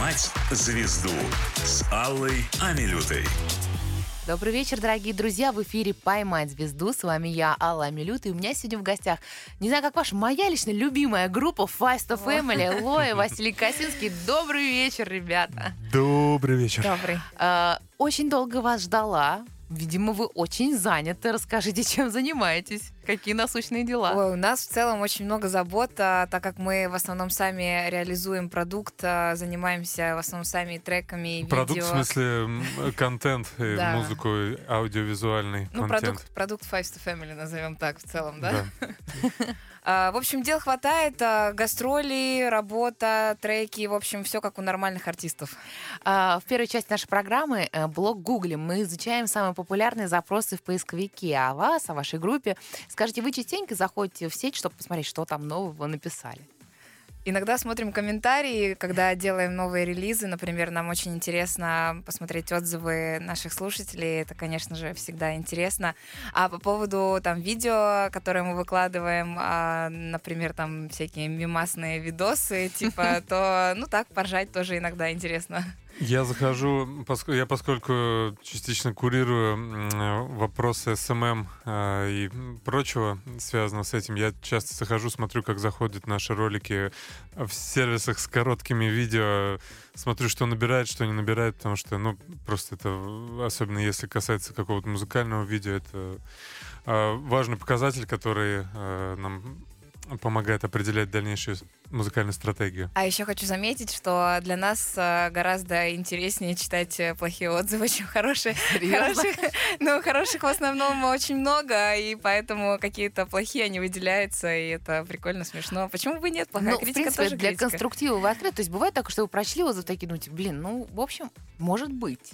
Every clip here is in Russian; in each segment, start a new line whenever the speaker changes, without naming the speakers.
«Поймать звезду» с Аллой Амилютой.
Добрый вечер, дорогие друзья. В эфире «Поймать звезду». С вами я, Алла Амилюта. И у меня сегодня в гостях, не знаю, как ваша, моя лично любимая группа Feist Family, Лоя, Василий Косинский. Добрый вечер, ребята.
Добрый вечер.
Добрый. Очень долго вас ждала. Видимо, вы очень заняты. Расскажите, чем занимаетесь? Какие насущные дела?
Ой, у нас в целом очень много забот, так как мы в основном сами реализуем продукт, занимаемся в основном сами треками и
Продукт,
видео.
в смысле, контент,
Да.
музыку, аудиовизуальный
Ну,
контент.
продукт Feist Family, назовем так в целом, да?
Да.
В общем, дел хватает, гастроли, работа, треки, в общем, все как у нормальных артистов.
В первой части нашей программы блог Гуглим. Мы изучаем самые популярные запросы в поисковике о вас, о вашей группе. Скажите, вы частенько заходите в сеть, чтобы посмотреть, что там нового написали?
Иногда смотрим комментарии, когда делаем новые релизы. Например, нам очень интересно посмотреть отзывы наших слушателей. Это, конечно же, всегда интересно. А по поводу там видео, которые мы выкладываем, например, там всякие мемасные видосы, типа, то, ну так, поржать тоже иногда интересно.
Я захожу, поскольку частично курирую вопросы СММ и прочего, связанного с этим, я часто захожу, смотрю, как заходят наши ролики в сервисах с короткими видео, смотрю, что набирает, что не набирает, потому что, ну, просто это, особенно если касается какого-то музыкального видео, это важный показатель, который нам помогает определять дальнейшую музыкальную стратегию.
А еще хочу заметить, что для нас гораздо интереснее читать плохие отзывы, чем хорошие. Хороших в основном очень много, и поэтому какие-то плохие, они выделяются, и это прикольно, смешно. Почему бы нет? Плохая критика,
в принципе,
тоже
для
критика.
конструктива вы открыты. То есть бывает так, что вы прочли отзыв, такие, в общем, может быть.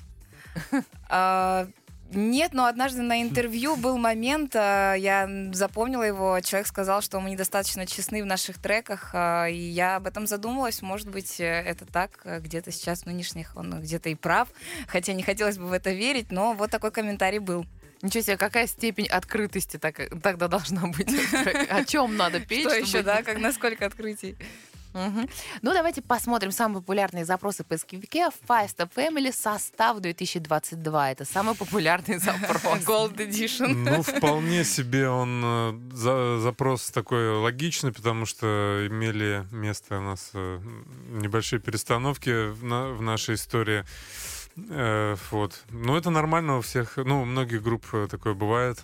Нет, но однажды на интервью был момент, я запомнила его, человек сказал, что мы недостаточно честны в наших треках, и я об этом задумалась, может быть, это так, где-то сейчас в нынешних он где-то и прав, хотя не хотелось бы в это верить, но вот такой комментарий был.
Ничего себе, какая степень открытости тогда должна быть? О чем надо петь?
Что еще, да, насколько открытий?
Ну, давайте посмотрим самые популярные запросы в поисковике. Feist Family, состав 2022. Это самый популярный запрос.
Gold Edition.
Ну, вполне себе он запрос такой логичный, потому что имели место у нас небольшие перестановки в нашей истории. Вот. Ну, это нормально у всех, у многих групп такое бывает.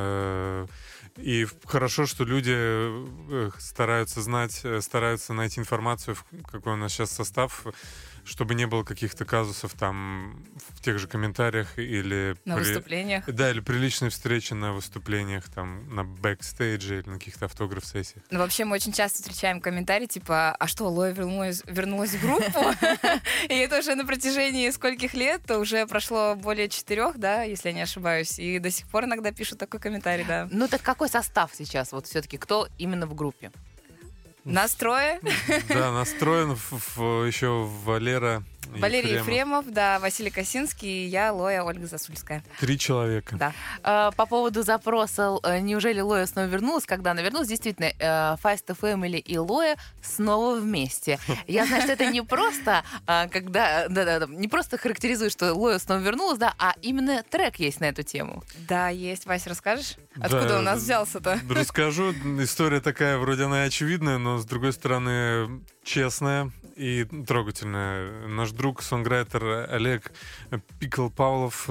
И хорошо, что люди стараются найти информацию, какой у нас сейчас состав, чтобы не было каких-то казусов там в тех же комментариях или
на выступлениях.
Да, или при личной встрече на выступлениях, там, на бэкстейдже или на каких-то автограф-сессиях.
Ну, вообще, мы очень часто встречаем комментарии, типа, а что, Лоя вернулась в группу? И это уже на протяжении скольких лет, уже прошло более 4, да, если я не ошибаюсь, и до сих пор иногда пишут такой комментарий, да.
Ну, так какой состав сейчас? Вот все-таки кто именно в группе?
Настрое.
Да, настроен еще Валерий
Ефремов, да, Василий Косинский, и я, Лоя, Ольга Засульская.
3 человека.
Да.
По поводу запроса, неужели Лоя снова вернулась? Когда она вернулась, действительно, Feist Family и Лоя снова вместе. Я знаю, что это не просто, не просто характеризует, что Лоя снова вернулась, да, а именно трек есть на эту тему.
Да, есть. Вась, расскажешь? Откуда он у нас взялся-то?
Расскажу. История такая, вроде она очевидная, но, с другой стороны, честная и трогательная. Наш друг, сонграйтер Олег Пикл Павлов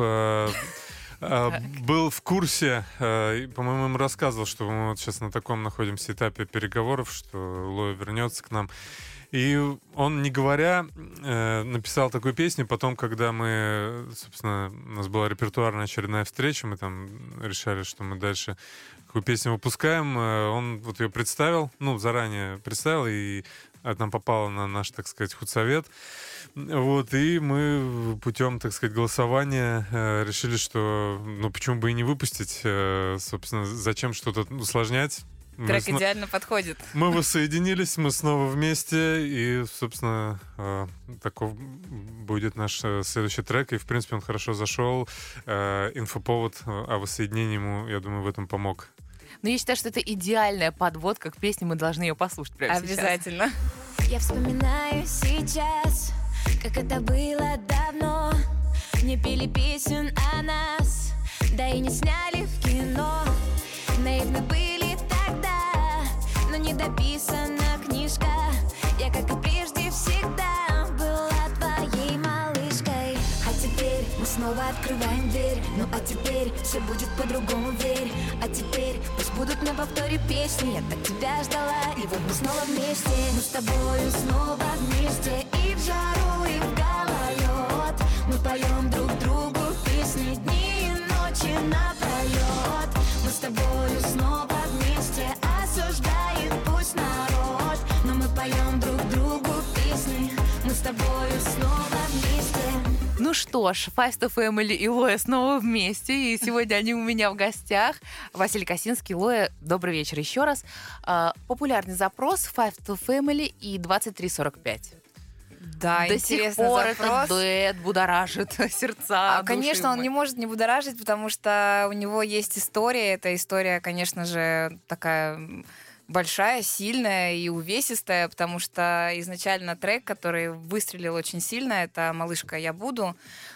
был в курсе, по-моему, ему рассказывал, что мы вот сейчас на таком находимся этапе переговоров, что Лоя вернется к нам. И он, не говоря, написал такую песню. Потом, когда мы, собственно, у нас была репертуарная очередная встреча, мы там решали, что мы дальше какую песню выпускаем, он вот ее представил, заранее представил, и она попала на наш, так сказать, худсовет. Вот, и мы путем, так сказать, голосования решили, что, почему бы и не выпустить, собственно, зачем что-то усложнять.
Трек идеально подходит.
Мы воссоединились, мы снова вместе, и, собственно, таков будет наш следующий трек. И, в принципе, он хорошо зашел. Инфоповод о воссоединении ему, я думаю, в этом помог.
Но я считаю, что это идеальная подводка к песне, мы должны ее послушать прямо
Обязательно.
Я вспоминаю сейчас как это было давно. Не пели песен о нас, да и не сняли в кино. Наивны были тогда, но не дописана книжка. Я, как и прежде, всегда была твоей малышкой. А теперь мы снова открываем дверь. Ну а теперь все будет по-другому, верь. А теперь пусть будут на повторе песни. Я так тебя ждала, и вот мы снова вместе. Мы с тобою снова вместе. И в жару, и в гололед мы поем друг другу песни дни и ночи напролет. Мы с тобою снова вместе. Осуждает пусть народ, но мы поем друг другу песни. Мы с тобою снова вместе.
Ну что ж, Five Family и Лоя снова вместе, и сегодня они у меня в гостях. Василий Косинский, Лоя, добрый вечер еще раз. Популярный запрос Five Family и 2345.
Да,
До сих
интересный
пор
запрос.
этот дуэт будоражит сердца.
Конечно, он не может не будоражить, потому что у него есть история. Эта история, конечно же, такая большая, сильная и увесистая, потому что изначально трек, который выстрелил очень сильно, это «Малышка, я буду»,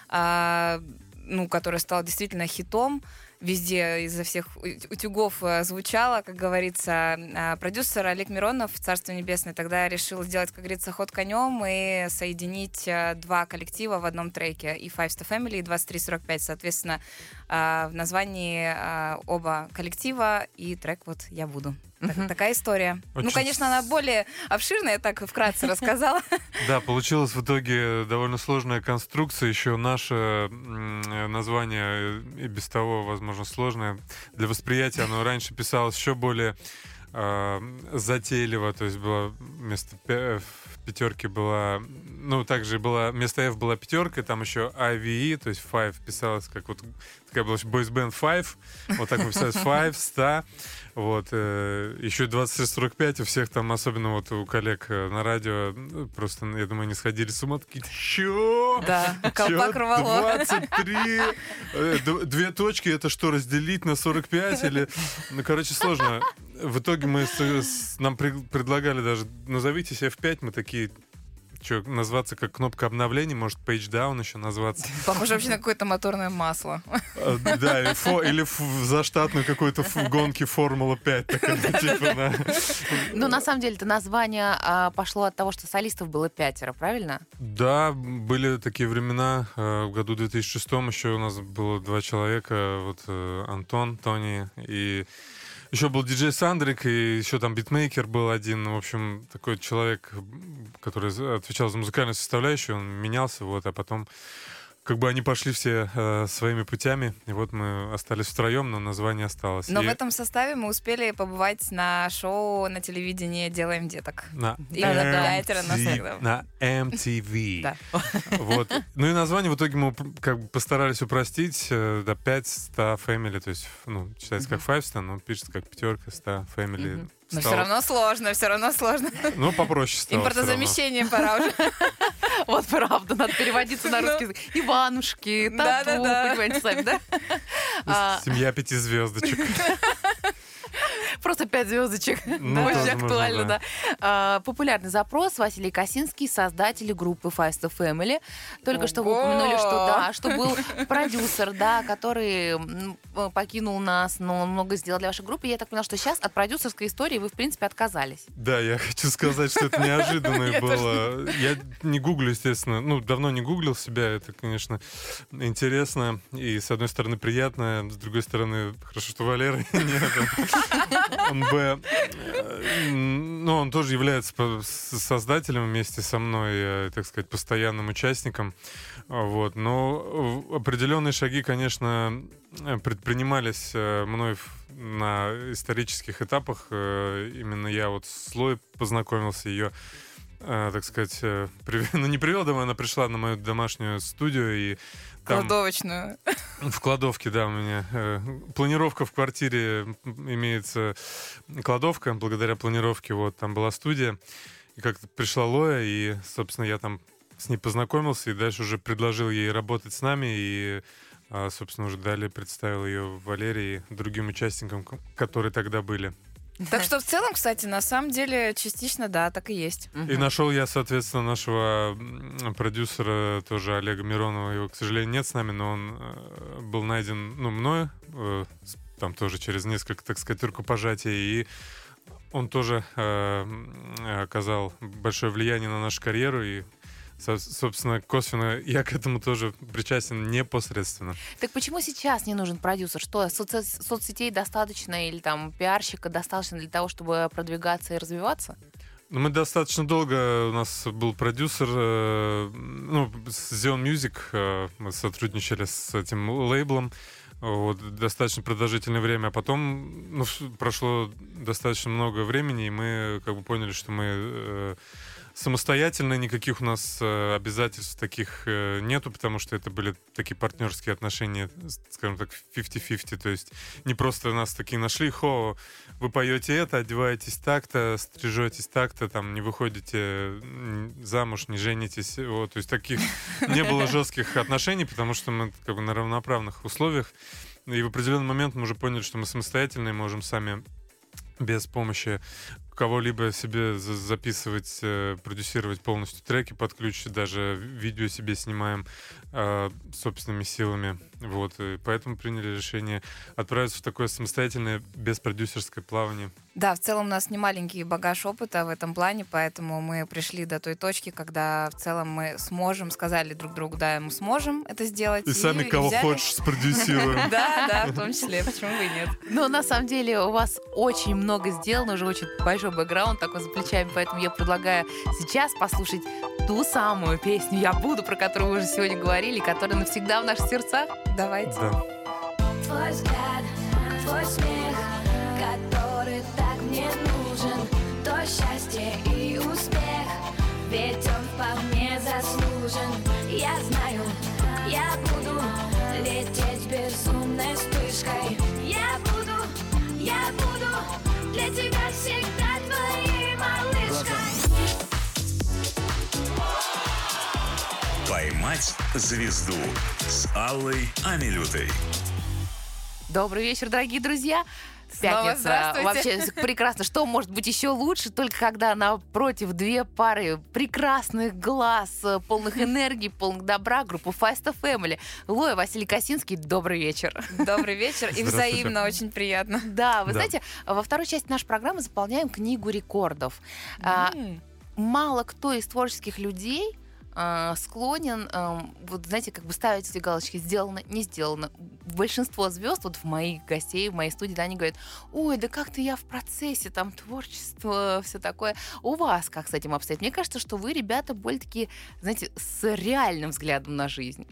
который стал действительно хитом. Везде изо всех утюгов звучало, как говорится. Продюсер Олег Миронов, Царство Небесное, тогда решил сделать, как говорится, ход конем и соединить два коллектива в одном треке. И Five Family, и 2345. Соответственно, в названии оба коллектива и трек вот «Я буду». Такая история.
Очень...
Ну, конечно, она более обширная, я так вкратце рассказала.
Да, получилась в итоге довольно сложная конструкция. Еще наше название и без того, возможно, сложное. Для восприятия оно раньше писалось еще более затейливо. То есть было вместо пятерки была... Ну, также была... Вместо F была пятерка, там еще IVE, то есть Five писалось как вот... Такая была boys band Five. Вот так мы писали Five, 100. Вот. Еще 2345 у всех там, особенно вот у коллег на радио, просто, я думаю, не сходили с ума. Такие, чё?
Да, колпак рвало.
23? Две точки, это что, разделить на 45? Или... Ну, короче, сложно. В итоге нам предлагали даже, назовитесь F5, мы такие... Что, назваться как кнопка обновления, может, page down еще назваться.
Похоже вообще на какое-то моторное масло.
Да, или заштатную какую-то гонки Формула-5. Типа,
Ну, на самом деле, это название пошло от того, что солистов было 5, правильно?
Да, были такие времена. В году 2006 еще у нас было 2 человека. Вот Антон, Тони и... Еще был диджей Сандрик, и еще там битмейкер был один. В общем, такой человек, который отвечал за музыкальную составляющую, он менялся, вот, а потом как бы они пошли все своими путями, и вот мы остались втроем, но название осталось.
Но в этом составе мы успели побывать на шоу на телевидении «Делаем деток».
На
На
MTV.
Да.
Вот. Ну и название в итоге мы как бы постарались упростить до 5 100 Family, то есть, ну, читается как 5 100, но пишется как пятерка 100 Family.
Но все равно сложно.
Ну, попроще стало.
Импортозамещение пора уже.
Вот правда, надо переводиться на русский язык. Иванушки, тату, понимаете, сами, да?
Семья 5 звездочек.
Просто 5 звездочек.
Ну,
Очень
тоже
актуально,
можно,
да. Популярный запрос. Василий Косинский, создатель группы Five Family. Только что вы упомянули, что был продюсер, да, который покинул нас, но он много сделал для вашей группы. Я так поняла, что сейчас от продюсерской истории вы, в принципе, отказались.
Да, я хочу сказать, что это неожиданно было. Я не гуглю, естественно. Ну, давно не гуглил себя. Это, конечно, интересно. И, с одной стороны, приятно. С другой стороны, хорошо, что Валеры нет. Ну, он тоже является создателем вместе со мной, так сказать, постоянным участником. Вот. Но определенные шаги, конечно, предпринимались мной на исторических этапах. Именно я вот с Лой познакомился, ее, так сказать, не привел домой, она пришла на мою домашнюю студию и там,
кладовочную.
В кладовке, да, у меня планировка в квартире, имеется кладовка, благодаря планировке, вот, там была студия, и как-то пришла Лоя, и, собственно, я там с ней познакомился, и дальше уже предложил ей работать с нами, и, собственно, уже далее представил ее Валерии и другим участникам, которые тогда были.
Так что в целом, кстати, на самом деле, частично, да, так и есть.
И нашел я, соответственно, нашего продюсера, тоже Олега Миронова. Его, к сожалению, нет с нами, но он был найден, мною, там тоже через несколько, так сказать, рукопожатий. И он тоже оказал большое влияние на нашу карьеру. И, собственно, косвенно я к этому тоже причастен непосредственно.
Так почему сейчас не нужен продюсер? Что, соцсетей достаточно или там пиарщика достаточно для того, чтобы продвигаться и развиваться?
Мы достаточно долго, у нас был продюсер, с Zion Music, мы сотрудничали с этим лейблом, достаточно продолжительное время, а потом прошло достаточно много времени, и мы как бы поняли, что мы самостоятельно, никаких у нас обязательств таких нету, потому что это были такие партнерские отношения, скажем так, 50-50, то есть не просто нас такие нашли, вы поете это, одеваетесь так-то, стрижетесь так-то, там, не выходите замуж, не женитесь, то есть таких не было жестких отношений, потому что мы как бы на равноправных условиях, и в определенный момент мы уже поняли, что мы самостоятельные, можем сами без помощи кого-либо себе записывать, продюсировать полностью треки под ключ, даже видео себе снимаем собственными силами. И поэтому приняли решение отправиться в такое самостоятельное, беспродюсерское плавание.
Да, в целом у нас не маленький багаж опыта в этом плане, поэтому мы пришли до той точки, когда в целом мы сможем, сказали друг другу, да, мы сможем это сделать.
И сами кого хочешь спродюсируем.
Да, в том числе, почему бы и нет.
Но на самом деле у вас очень много сделано, уже очень большой бэкграунд такой за плечами, поэтому я предлагаю сейчас послушать ту самую песню «Я буду», про которую вы уже сегодня говорили, которая навсегда в наших сердцах.
Давайте.
Да.
Твой взгляд, твой смех, который так мне нужен, то счастье и успех, ведь он вполне заслужен. Я знаю, я буду лететь безумной вспышкой. Я буду для тебя всегда твоей малышкой.
«Поймать звезду» с Аллой Амилютой.
Добрый вечер, дорогие друзья.
Снова
Пятница.
здравствуйте.
Вообще прекрасно. Что может быть еще лучше, только когда напротив две пары прекрасных глаз, полных энергии, полных добра, группу Feist Family. Лоя, Василий Косинский, добрый вечер.
Добрый вечер. И взаимно, очень приятно.
Да, вы знаете, во второй части нашей программы заполняем книгу рекордов. Мало кто из творческих людей склонен, знаете, как бы ставить эти галочки «сделано, не сделано». Большинство звезд, в моих гостей, в моей студии, они говорят: ой, да как-то я в процессе, там, творчество, все такое. У вас как с этим обстоит? Мне кажется, что вы, ребята, более такие, знаете, с реальным взглядом на жизнь.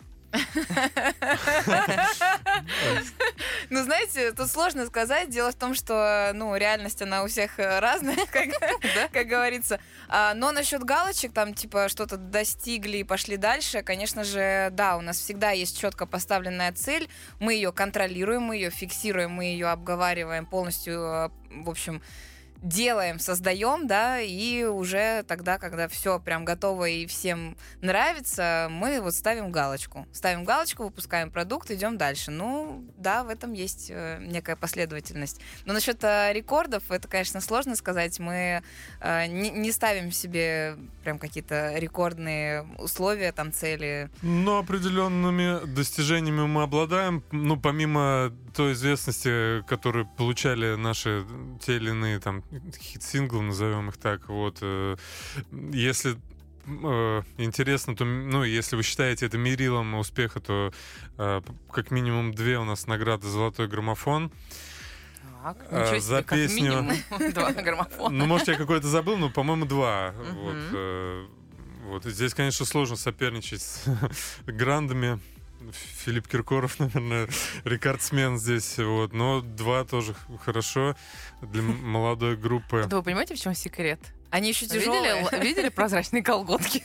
Ну, знаете, тут сложно сказать. Дело в том, что, реальность, она у всех разная, как говорится. Но насчет галочек, там, типа, что-то достигли и пошли дальше, конечно же, да, у нас всегда есть четко поставленная цель. Мы ее контролируем, мы ее фиксируем, мы ее обговариваем полностью, в общем, делаем, создаем, да, и уже тогда, когда все прям готово и всем нравится, мы ставим галочку. Ставим галочку, выпускаем продукт, идем дальше. Да, в этом есть некая последовательность. Но насчет рекордов, это, конечно, сложно сказать. Мы не ставим себе прям какие-то рекордные условия, там, цели.
Но определенными достижениями мы обладаем. Помимо той известности, которую получали наши те или иные там хит-синглы, назовем их так, если интересно, то, если вы считаете это мерилом успеха, то как минимум 2 у нас награды «Золотой граммофон».
Так, ничего себе,
за
как
песню...
минимум 2 граммофона.
Может, я какой-то забыл, но, по-моему, 2. Здесь, конечно, сложно соперничать с грандами. Филипп Киркоров, наверное, рекордсмен здесь, но 2 тоже хорошо для молодой группы.
Да вы понимаете, в чем секрет?
Они еще тяжелые.
Видели прозрачные колготки?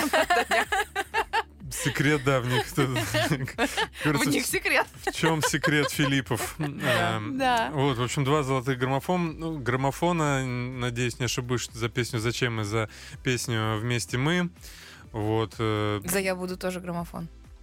Секрет, да, в них.
В них секрет.
В чем секрет Филиппов?
Да.
В общем, 2 золотых граммофона. Надеюсь, не ошибусь за песню «Зачем» и за песню «Вместе мы».
За «Я буду» тоже граммофон.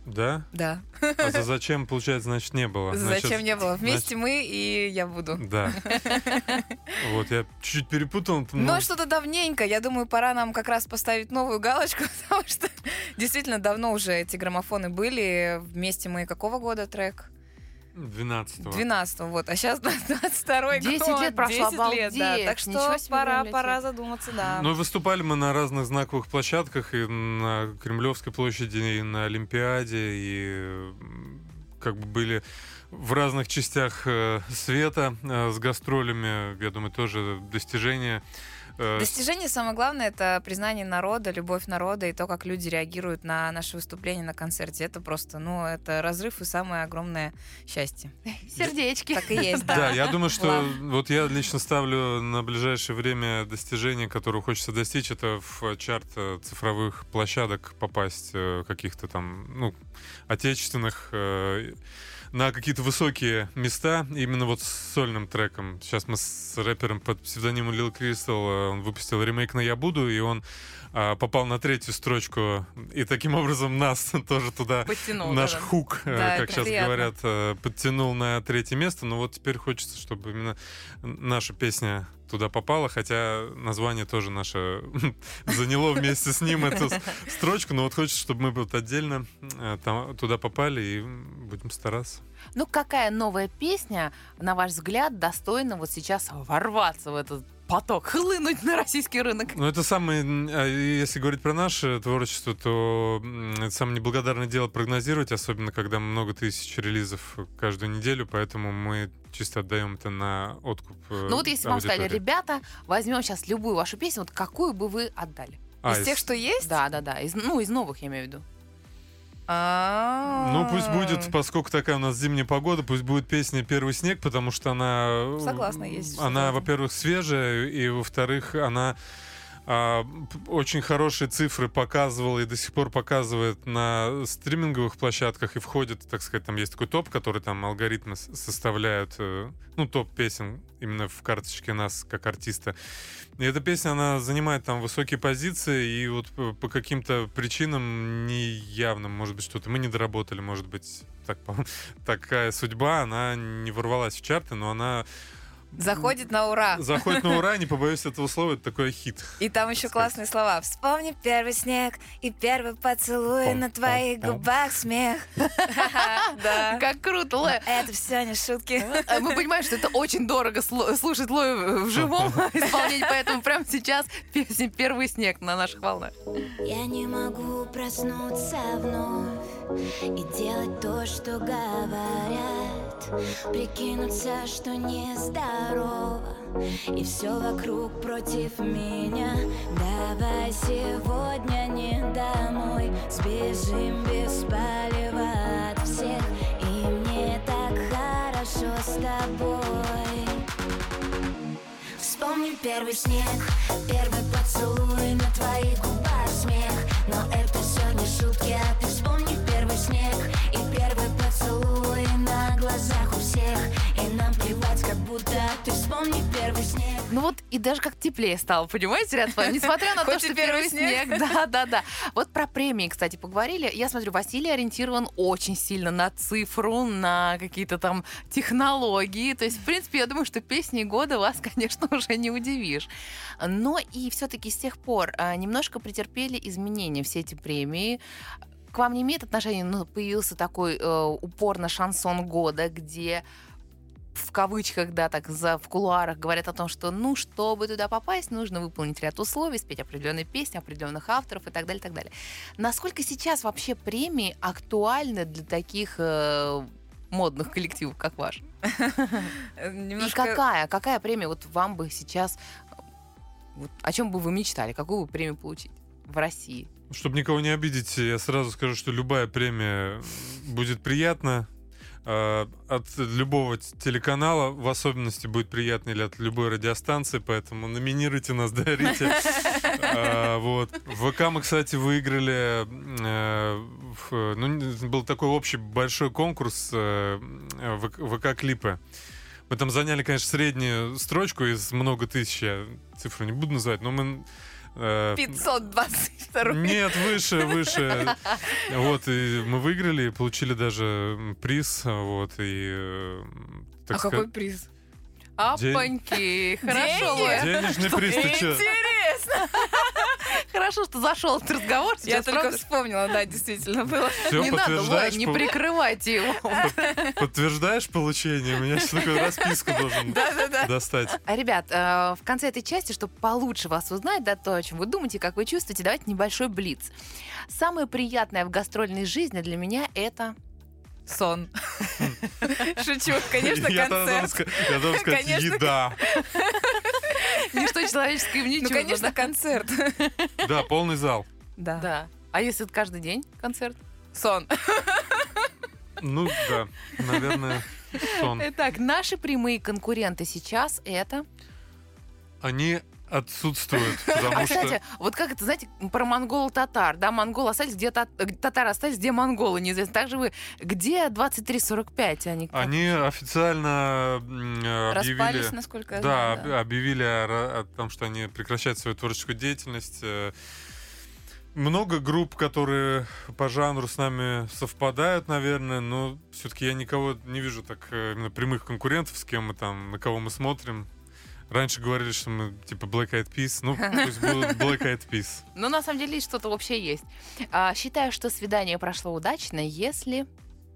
Да?
Да.
А за зачем, получается, значит, не было?
Зачем не было? Вместе мы и я буду.
Да. Вот, я чуть-чуть перепутал.
Но что-то давненько. Я думаю, пора нам как раз поставить новую галочку, потому что действительно давно уже эти граммофоны были. Вместе мы какого года трек?
12-го.
12-го, вот. А сейчас 22-й
10
год.
лет прошло,
10 лет, да.
обалдеть.
Так
Ничего
что
себе, время
пора
летит.
задуматься, да.
Ну и выступали мы на разных знаковых площадках, и на Кремлевской площади, и на Олимпиаде, и как бы были в разных частях света с гастролями. Я думаю, тоже достижения.
Достижение, самое главное, это признание народа, любовь народа и то, как люди реагируют на наши выступления на концерте. Это просто, это разрыв и самое огромное счастье.
Сердечки.
Так и есть, да.
Да, я думаю, что
Love.
вот я лично ставлю на ближайшее время достижение, которого хочется достичь, это в чарт цифровых площадок попасть, каких-то там, отечественных, на какие-то высокие места, именно вот с сольным треком. Сейчас мы с рэпером под псевдонимом Lil Crystal, он выпустил ремейк на «Я буду», и он попал на 3-ю строчку, и таким образом нас тоже туда,
Подтянул,
наш
да-да.
хук,
Да,
как
это
сейчас
приятно.
говорят, подтянул на 3-е место. Но вот теперь хочется, чтобы именно наша песня туда попала, хотя название тоже наше заняло вместе с ним эту строчку, но вот хочется, чтобы мы вот отдельно туда попали и будем стараться.
Ну, какая новая песня, на ваш взгляд, достойна вот сейчас ворваться в этот поток, хлынуть на российский рынок?
Ну, это самое, если говорить про наше творчество, то это самое неблагодарное дело прогнозировать, особенно когда много тысяч релизов каждую неделю, поэтому мы чисто отдаем это на откуп.
Ну вот если вам сказали,
аудитории.
ребята, возьмем сейчас любую вашу песню, вот какую бы вы отдали?
Из тех, что есть?
Да. Из новых, я имею в виду.
Ну, пусть будет, поскольку такая у нас зимняя погода, пусть будет песня «Первый снег», потому что она...
Согласна, есть.
Она,
что-то.
во-первых, свежая, и, во-вторых, она очень хорошие цифры показывала и до сих пор показывает на стриминговых площадках и входит, так сказать, там есть такой топ, который там алгоритмы составляют, топ песен именно в карточке нас как артиста. И эта песня, она занимает там высокие позиции, и вот по каким-то причинам неявным, может быть, что-то мы не доработали, может быть, такая судьба, она не ворвалась в чарты, но она
Заходит на ура.
заходит на ура, не побоюсь этого слова, это такой хит.
И там еще классные слова. Вспомни первый снег и первый поцелуй, на твоих губах смех. Да.
Как круто, Лоя.
Это все не шутки.
Мы понимаем, что это очень дорого слушать Лою в живом исполнении, поэтому прямо сейчас песня «Первый снег» на наших волнах.
Я не могу проснуться вновь и делать то, что говорят, прикинуться, что нездорово, и все вокруг против меня. Давай сегодня не домой, сбежим без палева от всех, и мне так хорошо с тобой. Вспомни первый снег, первый поцелуй, на твоих губах смех, но это все не шутки, а ты вспомни первый снег и первый поцелуй на глазах у всех, и нам плевать, как будто ты вспомни первый снег.
Ну вот и даже как теплее стало, понимаете, ряд с вами, несмотря на то,
Хоть и
что
первый
первый снег. Да. Вот про премии, кстати, поговорили. Я смотрю, Василий ориентирован очень сильно на цифру, на какие-то там технологии. То есть, в принципе, я думаю, что песней года вас, конечно, уже не удивишь. Но и все-таки с тех пор немножко претерпели изменения все эти премии. К вам не имеет отношения, но появился такой упор на шансон года, где в кавычках, да, так в кулуарах говорят о том, что, чтобы туда попасть, нужно выполнить ряд условий, спеть определенные песни, определенных авторов и так далее, и так далее. Насколько сейчас вообще премии актуальны для таких модных коллективов, как ваш? И какая премия вот вам бы сейчас, о чем бы вы мечтали, какую бы премию получить в России?
Чтобы никого не обидеть, я сразу скажу, что любая премия будет приятна. От любого телеканала, в особенности, будет приятно, или от любой радиостанции, поэтому номинируйте нас, дарите. В ВК мы, кстати, выиграли, был такой общий большой конкурс ВК-клипы. Мы там заняли, конечно, среднюю строчку из много тысяч, я цифру не буду называть, но мы
522 рубля.
Нет, выше. Вот, и мы выиграли, получили даже приз, вот, и...
А какой приз?
Опаньки, хорошо, Лоя.
Денежный приз, ты чё?
Интересно.
Хорошо, что зашел этот разговор.
Я
Сейчас,
только
правда?
вспомнила, да, действительно было.
Всё,
Не надо, Лоя,
подтверждаешь?
не прикрывайте его.
Подтверждаешь получение? У меня сейчас такую расписку должен
Да-да-да.
достать.
Ребят, в конце этой части, чтобы получше вас узнать, да, то, о чем вы думаете, как вы чувствуете, давайте небольшой блиц. Самое приятное в гастрольной жизни для меня — это...
Сон. Шучу, конечно,
Я
концерт.
должен сказать
Конечно.
еда.
Ничто человеческое им не
Ну,
чуждо,
конечно,
да?
концерт.
Да, полный зал.
Да.
Да. А если это каждый день концерт?
Сон.
Ну, да, наверное, сон.
Итак, наши прямые конкуренты сейчас — это...
Они отсутствуют, потому
А,
что...
кстати, вот как это, знаете, про монгол-татар, да, монголы остались, где татары остались, где монголы, неизвестно. Также вы, где 2345, они как?
Они официально объявили...
Распались, насколько я
Да,
знаю.
объявили о том, что они прекращают свою творческую деятельность. Много групп, которые по жанру с нами совпадают, наверное, но все-таки я никого не вижу так именно прямых конкурентов, с кем мы там, на кого мы смотрим. Раньше говорили, что мы типа Black Eyed Peas, ну пусть будут Black Eyed Peas.
Но на самом деле что-то общее есть. Считаю, что свидание прошло удачно, если...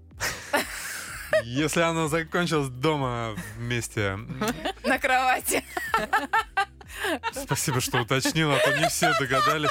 Если оно закончилось дома вместе.
На кровати.
Спасибо, что уточнила, а то не все догадались.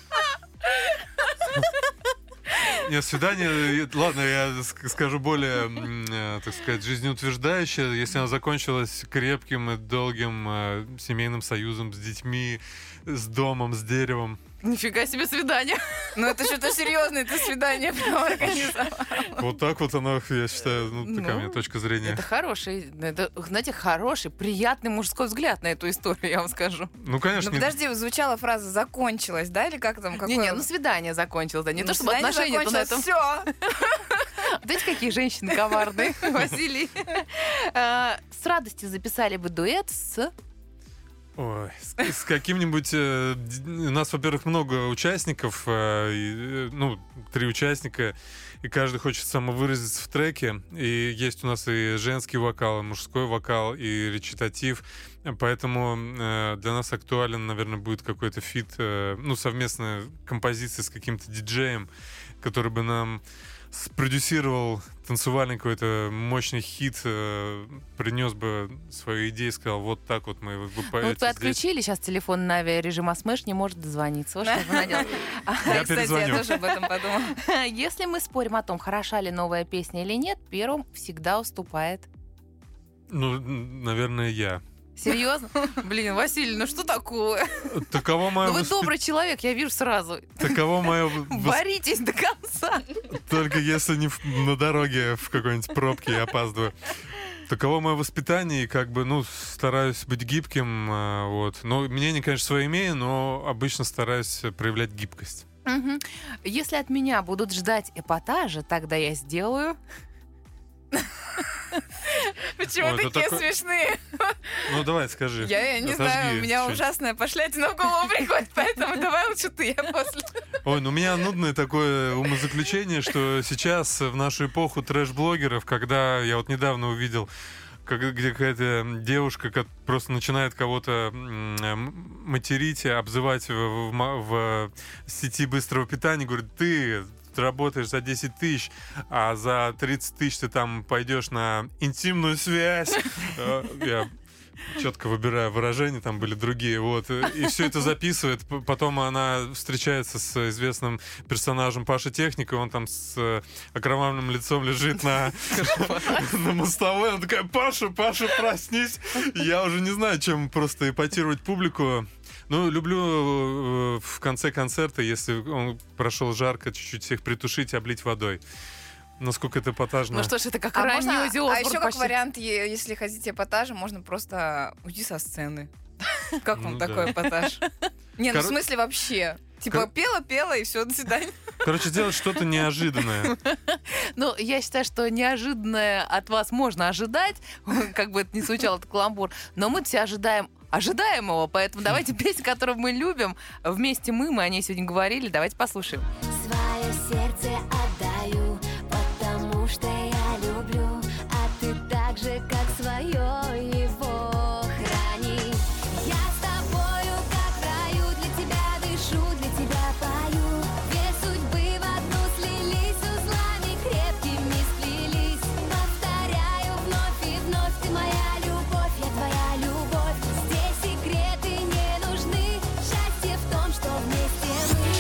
Нет, свидание, ладно, я скажу более, так сказать, жизнеутверждающее, если оно закончилось крепким и долгим семейным союзом с детьми, с домом, с деревом.
Нифига себе свидание.
Ну, это что-то серьезное, это свидание прям организовало.
Вот так вот оно, я считаю, ну, такая у меня точка зрения.
Это хороший, это, знаете, хороший, приятный мужской взгляд на эту историю, я вам скажу.
Ну, конечно,
Ну, подожди, звучала фраза «закончилась», да, или как там?
Не-не, ну свидание закончилось, да, не то чтобы
свидание
отношения-то на этом...
Все.
Знаете, какие женщины коварные, Василий. С радостью записали бы дуэт с...
Ой, с каким-нибудь... У нас, во-первых, много участников, 3 участника, и каждый хочет самовыразиться в треке. И есть у нас и женский вокал, и мужской вокал, и речитатив. Поэтому для нас актуален, наверное, будет какой-то фит, совместная композиция с каким-то диджеем, который бы нам спродюсировал танцевальный какой-то мощный хит, принес бы свою идею, сказал, вот так вот мы вы поете
Вот вы отключили сейчас телефон на авиарежим, а Смэш не может дозвониться. Вот что вы наделали.
Я
Кстати,
перезвоню.
я тоже об этом подумала.
Если мы спорим о том, хороша ли новая песня или нет, первым всегда уступает.
Ну, наверное, я.
Серьезно? Блин, Василий, ну что такое?
Таково мое
Ну вы добрый человек, я вижу сразу.
Таково мое
Боритесь до конца.
Только если не на дороге в какой-нибудь пробке я опаздываю. Таково мое воспитание, и стараюсь быть гибким, вот. Но мнение, конечно, свое имею, но обычно стараюсь проявлять гибкость.
Мгм. Если от меня будут ждать эпатажа, тогда я сделаю...
Почему
Ой, это
такие
такой-
смешные?
Ну, давай, скажи.
Я не
Отожги
знаю, у меня
чуть.
ужасная пошлятина в голову приходит, поэтому давай лучше ты, я после.
Ой, ну у меня нудное такое умозаключение, что сейчас, в нашу эпоху трэш-блогеров, когда я вот недавно увидел, где какая-то девушка просто начинает кого-то материть, обзывать в сети быстрого питания, говорит, ты работаешь за 10 тысяч, а за 30 тысяч ты там пойдешь на интимную связь. Я четко выбираю выражения, там были другие, вот. И все это записывает. Потом она встречается с известным персонажем Паши Техника, он там с окровавленным лицом лежит на мостовой. Она такая, Паша, проснись. Я уже не знаю, чем просто эпатировать публику. Ну, люблю в конце концерта, если он прошел жарко, чуть-чуть всех притушить и облить водой. Насколько это эпатажно.
Ну что ж, это как
А
ранний Оззи Осборн
еще как
почти.
вариант, если хотите эпатажа, можно просто уйти со сцены. Как вам
Ну
такой
да.
эпатаж? Не, ну в
Кор-
смысле вообще. Типа пела, и все, до свидания.
Короче, делать что-то неожиданное.
Ну, я считаю, что неожиданное от вас можно ожидать, как бы это ни звучало, это каламбур, но мы все ожидаем ожидаемого. Поэтому давайте песню, которую мы любим. Вместе мы о ней сегодня говорили. Давайте послушаем.
Свое сердце отдаю, потому что я люблю, а ты так же, как свое его храни. Я с тобою, как в раю, для тебя дышу, для тебя пою. Две судьбы в одну слились, узлами крепкими сплелись. Повторяю вновь и вновь, ты моя любовь, я твоя любовь. Здесь секреты не нужны, счастье в том, что вместе мы.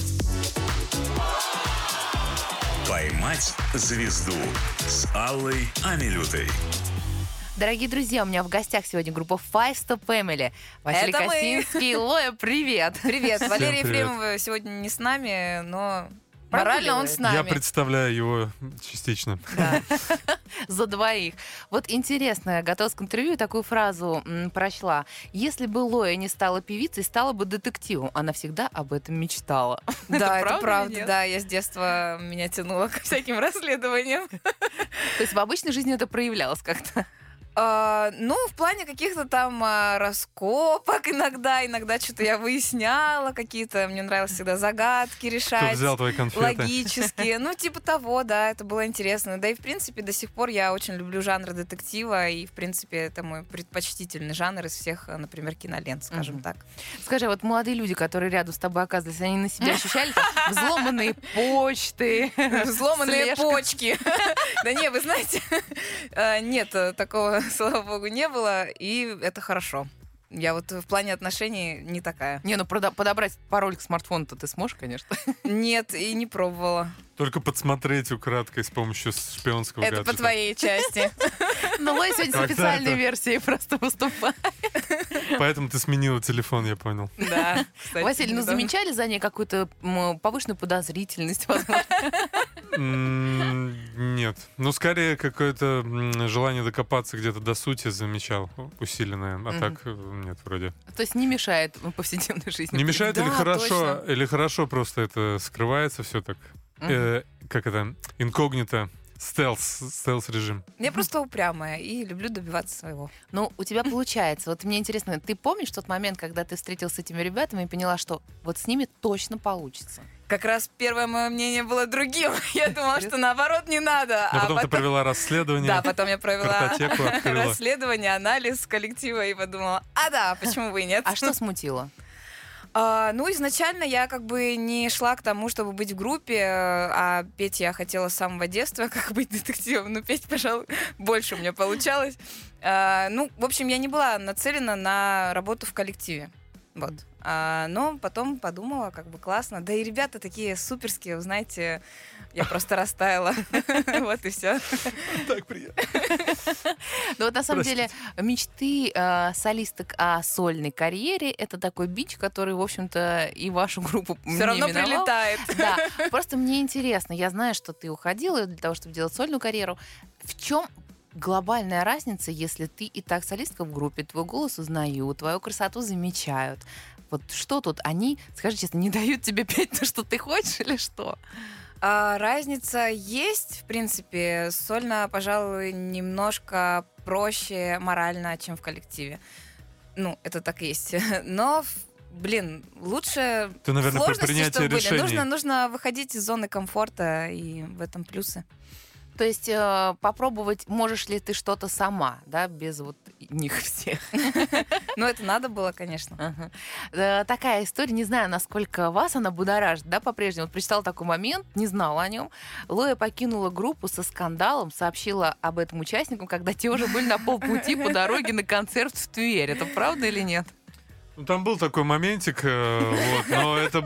«Поймать звезду» с Аллой Амилютой.
Дорогие друзья, у меня в гостях сегодня группа Five Step Family. Василий
Это мы.
Косинский, Лоя, привет.
Привет, Валерия
привет.
Ефремова сегодня не с нами, но
Прогуливает.
морально он с нами.
Я представляю его частично.
Да. За двоих. Вот интересно, готовилась к интервью и такую фразу прочла. Если бы Лоя не стала певицей, стала бы детективом. Она всегда об этом мечтала.
Да, это
правда или
правда,
нет?
да. Я с детства меня тянуло к всяким расследованиям.
То есть в обычной жизни это проявлялось как-то.
Ну, в плане каких-то там раскопок иногда что-то я выясняла, какие-то, мне нравилось всегда загадки
Кто
решать.
взял твои конфеты?
Логические. Ну, типа того, да, это было интересно. Да и, в принципе, до сих пор я очень люблю жанр детектива, и, в принципе, это мой предпочтительный жанр из всех, например, кинолент, скажем
Мгм.
так.
Скажи, вот молодые люди, которые рядом с тобой оказывались, они на себя ощущали там взломанные почты?
Взломанные
слежка?
почки. Да не, вы знаете, нет, такого, слава богу, не было, и это хорошо. Я вот в плане отношений не такая.
Не, ну подобрать пароль к смартфону-то ты сможешь, конечно.
Нет, и не пробовала.
Только подсмотреть украдкой с помощью шпионского
Это
гаджета.
по твоей части.
Но Лоя сегодня с
Когда
официальной
это?
версией просто выступает.
Поэтому ты сменила телефон, я понял.
Да. кстати,
Василий, ну
недавно.
замечали за ней какую-то повышенную подозрительность, возможно?
Нет. Ну, скорее, какое-то желание докопаться где-то до сути замечал, усиленное. А так, нет, вроде.
То есть не мешает повседневной жизни.
Не мешает
Да,
или хорошо,
точно.
или хорошо просто это скрывается все так.
Мгм.
Как это? Инкогнито. Стелс-режим.
Я просто упрямая и люблю добиваться своего.
Ну, у тебя получается. Вот мне интересно, ты помнишь тот момент, когда ты встретилась с этими ребятами и поняла, что вот с ними точно получится?
Как раз первое мое мнение было другим. Я думала, что наоборот не надо.
Но потом ты провела расследование.
Да, потом я провела
картотеку открыла.
расследование, анализ коллектива и подумала, да, почему бы и нет.
А что смутило?
Ну, изначально я как бы не шла к тому, чтобы быть в группе, а петь я хотела с самого детства, как быть детективом. Ну, петь, пожалуй, больше у меня получалось. Ну, в общем, я не была нацелена на работу в коллективе. Вот. Но потом подумала, как бы классно. Да и ребята такие суперские, вы знаете, я просто растаяла. Вот и все.
Так приятно.
Ну вот на самом
Простите.
деле мечты солисток о сольной карьере — это такой бич, который, в общем-то, и вашу группу
Все равно
не миновал.
прилетает.
Да, просто мне интересно, я знаю, что ты уходила для того, чтобы делать сольную карьеру. В чем глобальная разница, если ты и так солистка в группе, твой голос узнают, твою красоту замечают? Вот что тут они, скажи честно, не дают тебе петь то, что ты хочешь, или что?
Разница есть, в принципе. Сольно, пожалуй, немножко проще морально, чем в коллективе. Ну, это так и есть. Но, блин, лучше
Ты, наверное, при
сложности,
принятии
чтобы были.
решений.
Нужно выходить из зоны комфорта, и в этом плюсы.
То есть попробовать, можешь ли ты что-то сама, да, без вот них всех.
Но это надо было, конечно.
Ага. Такая история, не знаю, насколько вас она будоражит, да, по-прежнему. Вот прочитала такой момент, не знала о нем. Лоя покинула группу со скандалом, сообщила об этом участникам, когда те уже были на полпути по дороге на концерт в Тверь. Это правда или нет?
Ну, там был такой моментик, вот, но это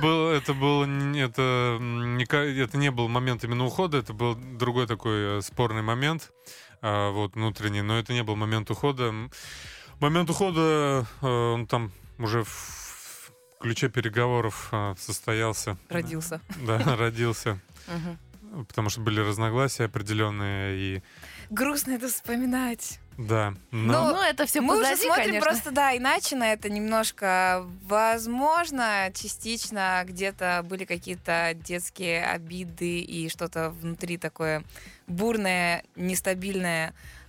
не был момент именно ухода, это был другой такой спорный момент, вот, внутренний, но это не был момент ухода. Момент ухода, он там уже в ключе переговоров состоялся.
Родился.
Да, родился,
Мгм.
потому что были разногласия определенные, и
Грустно это вспоминать.
да.
Ну,
Ну, это все
Мы уже
позади,
смотрим
конечно.
просто, да, иначе на это немножко. Возможно, частично где-то были какие-то детские обиды и что-то внутри такое бурное, нестабильное.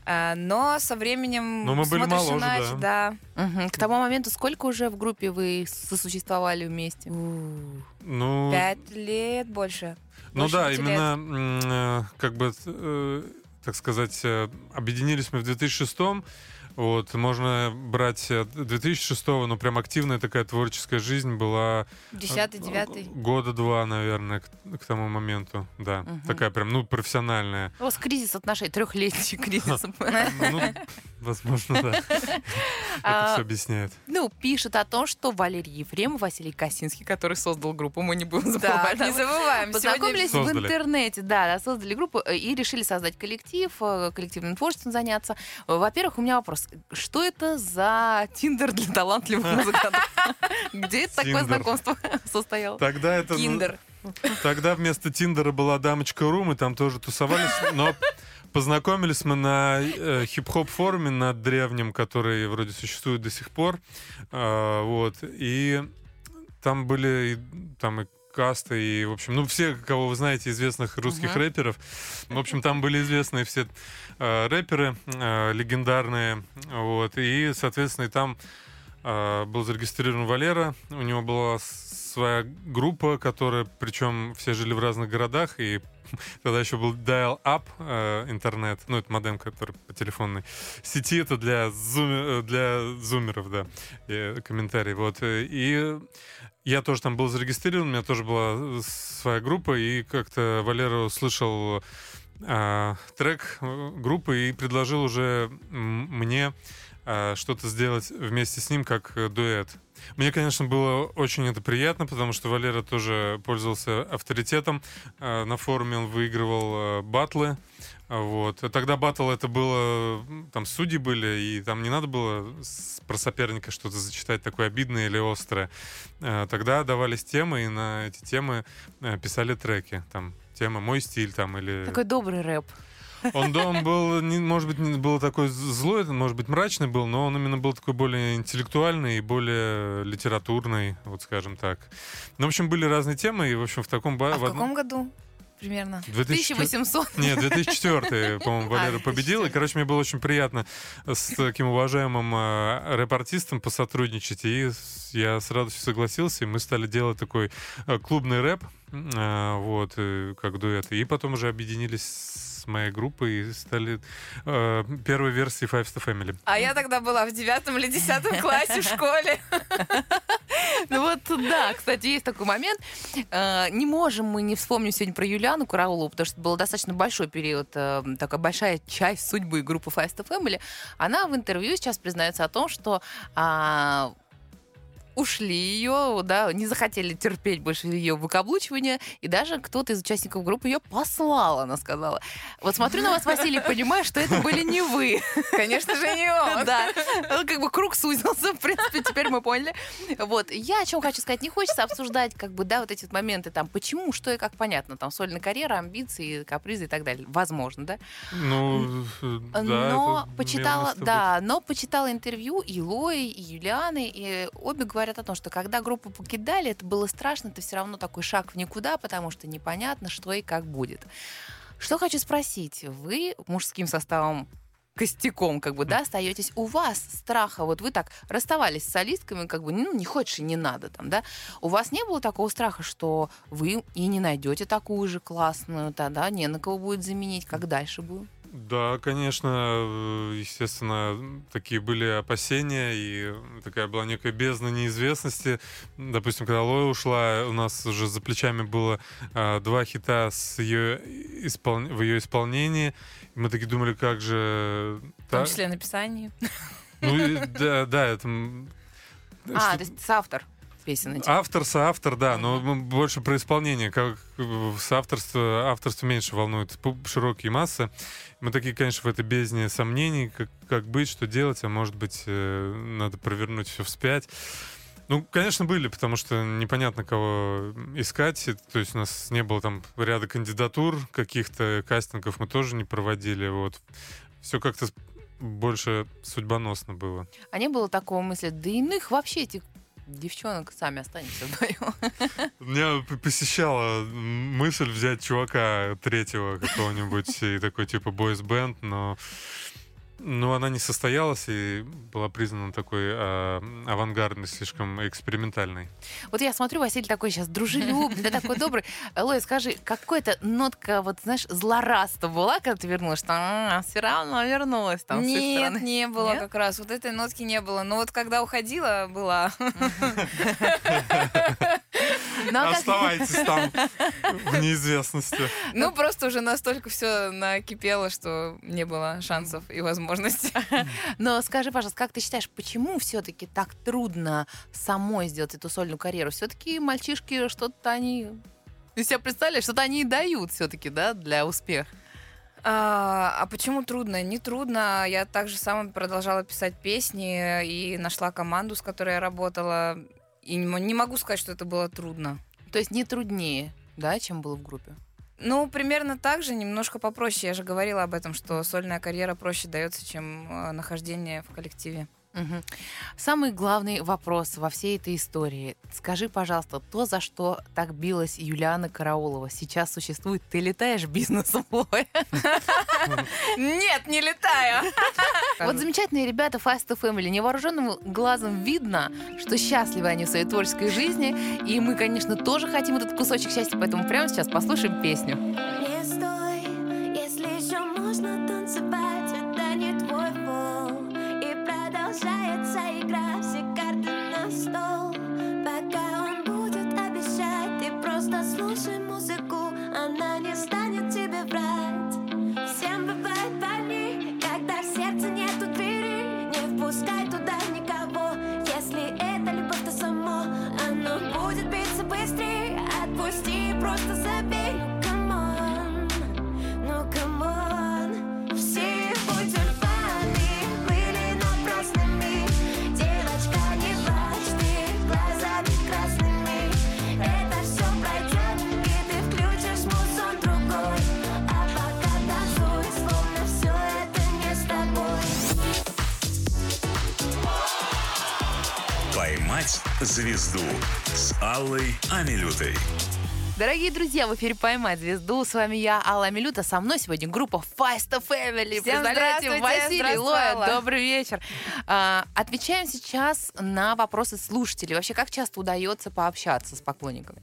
Но со временем
Но мы были
смотришь
моложе,
иначе, да.
Мгм. К тому моменту сколько уже в группе вы сосуществовали вместе?
Ну,
5 лет больше.
ну
Больше
да,
5 лет.
именно как бы, так сказать, объединились мы в 2006-м. Вот, можно брать 2006-го, но прям активная такая творческая жизнь была
10-й, 9-й.
года два, наверное, к тому моменту. Да,
Мгм.
такая прям, ну, профессиональная.
У вас кризис отношений, 3-летний кризис.
Ну, возможно, да. Это
А,
все объясняет.
Ну, пишут о том, что Валерий Ефремов, Василий Косинский, который создал группу, мы не будем
Да,
забывать.
не забываем.
Познакомились в
Создали.
интернете, да, создали группу и решили создать коллектив, коллективным творчеством заняться. Во-первых, у меня вопрос. Что это за Тиндер для талантливых музыкантов? Где это такое
Тиндер.
знакомство состоялось?
Тогда это...
Киндер.
Тогда вместо Тиндера была дамочка.ру, мы там тоже тусовались, но познакомились мы на хип-хоп форуме, на древнем, который вроде существует до сих пор. Вот. И там были там и Каста, и, в общем, ну, все, кого вы знаете, известных русских рэперов. В общем, там были известные все рэперы легендарные. Вот. И, соответственно, и там был зарегистрирован Валера. У него была своя группа, которая, причем все жили в разных городах, и тогда еще был dial-up интернет, ну, это модем, который по телефонной сети, это для зумеров, да, комментарий, вот. И я тоже там был зарегистрирован, у меня тоже была своя группа, и как-то Валера услышал трек группы и предложил уже мне что-то сделать вместе с ним как дуэт. Мне, конечно, было очень это приятно, потому что Валера тоже пользовался авторитетом. На форуме он выигрывал баттлы. Вот. Тогда баттл это было... Там судьи были, и там не надо было про соперника что-то зачитать такое обидное или острое. Тогда давались темы, и на эти темы писали треки. Там тема «Мой стиль» там или...
Такой добрый рэп.
Он был, может быть, не был такой злой, может быть, мрачный был, но он именно был такой более интеллектуальный и более литературный, вот скажем так. Ну, в общем, были разные темы, и, в общем, в таком...
А в каком году примерно?
1800.
Нет, 2004, по-моему, Валера победил. И, короче, мне было очень приятно с таким уважаемым рэп-артистом посотрудничать. И я с радостью согласился, и мы стали делать такой клубный рэп, вот, как дуэт. И потом уже объединились с моей группой и стали первой версией Five Star Family.
А я тогда была в 9 или 10 классе в школе.
Ну вот, да, кстати, есть такой момент. Не можем мы не вспомнить сегодня про Юлиану Караулову, потому что это был достаточно большой период, такая большая часть судьбы группы Five Star Family. Она в интервью сейчас признается о том, что ушли ее, да, не захотели терпеть больше ее выкаблучивания, и даже кто-то из участников группы ее послал, она сказала. Вот смотрю на вас, Василий, понимаю, что это были не вы.
Конечно же, не он.
Да, как бы круг сузился, в принципе, теперь мы поняли. Вот, я о чем хочу сказать, не хочется обсуждать, как бы, да, вот эти вот моменты, там, почему, что и как понятно, там, сольная карьера, амбиции, капризы и так далее, возможно, да?
Ну, да,
Но
это
почитала,
имело место
да, но почитала интервью и Лои, и Юлианы, и обе говорят о том, что когда группу покидали, это было страшно, это все равно такой шаг в никуда, потому что непонятно, что и как будет. Что хочу спросить, вы мужским составом, костяком, как бы, да, остаетесь, у вас страха, вот вы так расставались с солистками, как бы, ну, не хочешь и не надо там, да, у вас не было такого страха, что вы и не найдете такую же классную, тогда не на кого будет заменить, как дальше будет?
Да, конечно, естественно, такие были опасения, и такая была некая бездна неизвестности. Допустим, когда Лоя ушла, у нас уже за плечами было 2 хита в ее исполнении. И мы такие думали, как же...
В том числе написание.
Ну, да, это...
То есть соавтор песен этих.
Автор, соавтор, да, но больше про исполнение. Как авторство меньше волнует широкие массы. Мы такие, конечно, в этой бездне сомнений, как быть, что делать, а может быть, надо провернуть все вспять. Ну, конечно, были, потому что непонятно, кого искать. То есть у нас не было там ряда кандидатур, каких-то кастингов мы тоже не проводили. Вот. Все как-то больше судьбоносно было.
А не было такого мысли, да иных вообще этих девчонок сами останемся вдвоем.
Меня посещала мысль взять чувака третьего какого-нибудь и такой типа бойс-бенд, но Но она не состоялась и была признана такой авангардной, слишком экспериментальной.
Вот я смотрю, Василий такой сейчас дружелюбный, да, такой добрый. Лоя, скажи, какая-то нотка, вот знаешь, злорадства была, когда ты вернулась, что все равно вернулась там с их
Нет,
стороны?
не было
Нет?
как раз. Вот этой нотки не было. Но вот когда уходила, была.
Ну, а как-
Оставайтесь там в неизвестности.
Ну, просто уже настолько все накипело, что не было шансов и возможностей.
Но скажи, пожалуйста, как ты считаешь, почему все-таки так трудно самой сделать эту сольную карьеру? Все-таки мальчишки что-то они... Ты себе представляешь, что-то они и дают все-таки, да, для успеха?
А почему трудно? Не трудно. Я также сама продолжала писать песни и нашла команду, с которой я работала. И не могу сказать, что это было трудно.
То есть не труднее, да, чем было в группе?
Ну, примерно так же, немножко попроще. Я же говорила об этом, что сольная карьера проще дается, чем нахождение в коллективе.
Мгм. Самый главный вопрос во всей этой истории. Скажи, пожалуйста, то, за что так билась Юлиана Караулова, сейчас существует? Ты летаешь бизнесом, Лоя?
Нет, не летаю!
Вот замечательные ребята Fast Family. Невооруженным глазом видно, что счастливы они в своей творческой жизни. И мы, конечно, тоже хотим этот кусочек счастья, поэтому прямо сейчас послушаем песню.
Не стой, если еще можно танцевать, это не твой фол. И продолжается игра, все карты на стол. Пока он будет обещать, ты просто слушай музыку, она не станет тебе врать. Всем бывает парни, когда в сердце нету двери, не впускай туда никого. Если это любовь, то само оно будет биться быстрее. Отпусти, просто забей. Ну, камон, все пути рваные были напрасными. Девочка, не плачь, ты глазами красными. Это все пройдет, и ты включишь музон другой. А пока танцуй, словно все это не с тобой.
«Поймать звезду» с Аллой Амилютой.
Дорогие друзья, в эфире «Поймать звезду». С вами я, Алла Амилюта. Со мной сегодня группа Fast Family.
Всем
Представляете,
здравствуйте,
Василий,
здравствуй,
Лоя,
Алла.
добрый вечер. Отвечаем сейчас на вопросы слушателей. Вообще, как часто удается пообщаться с поклонниками?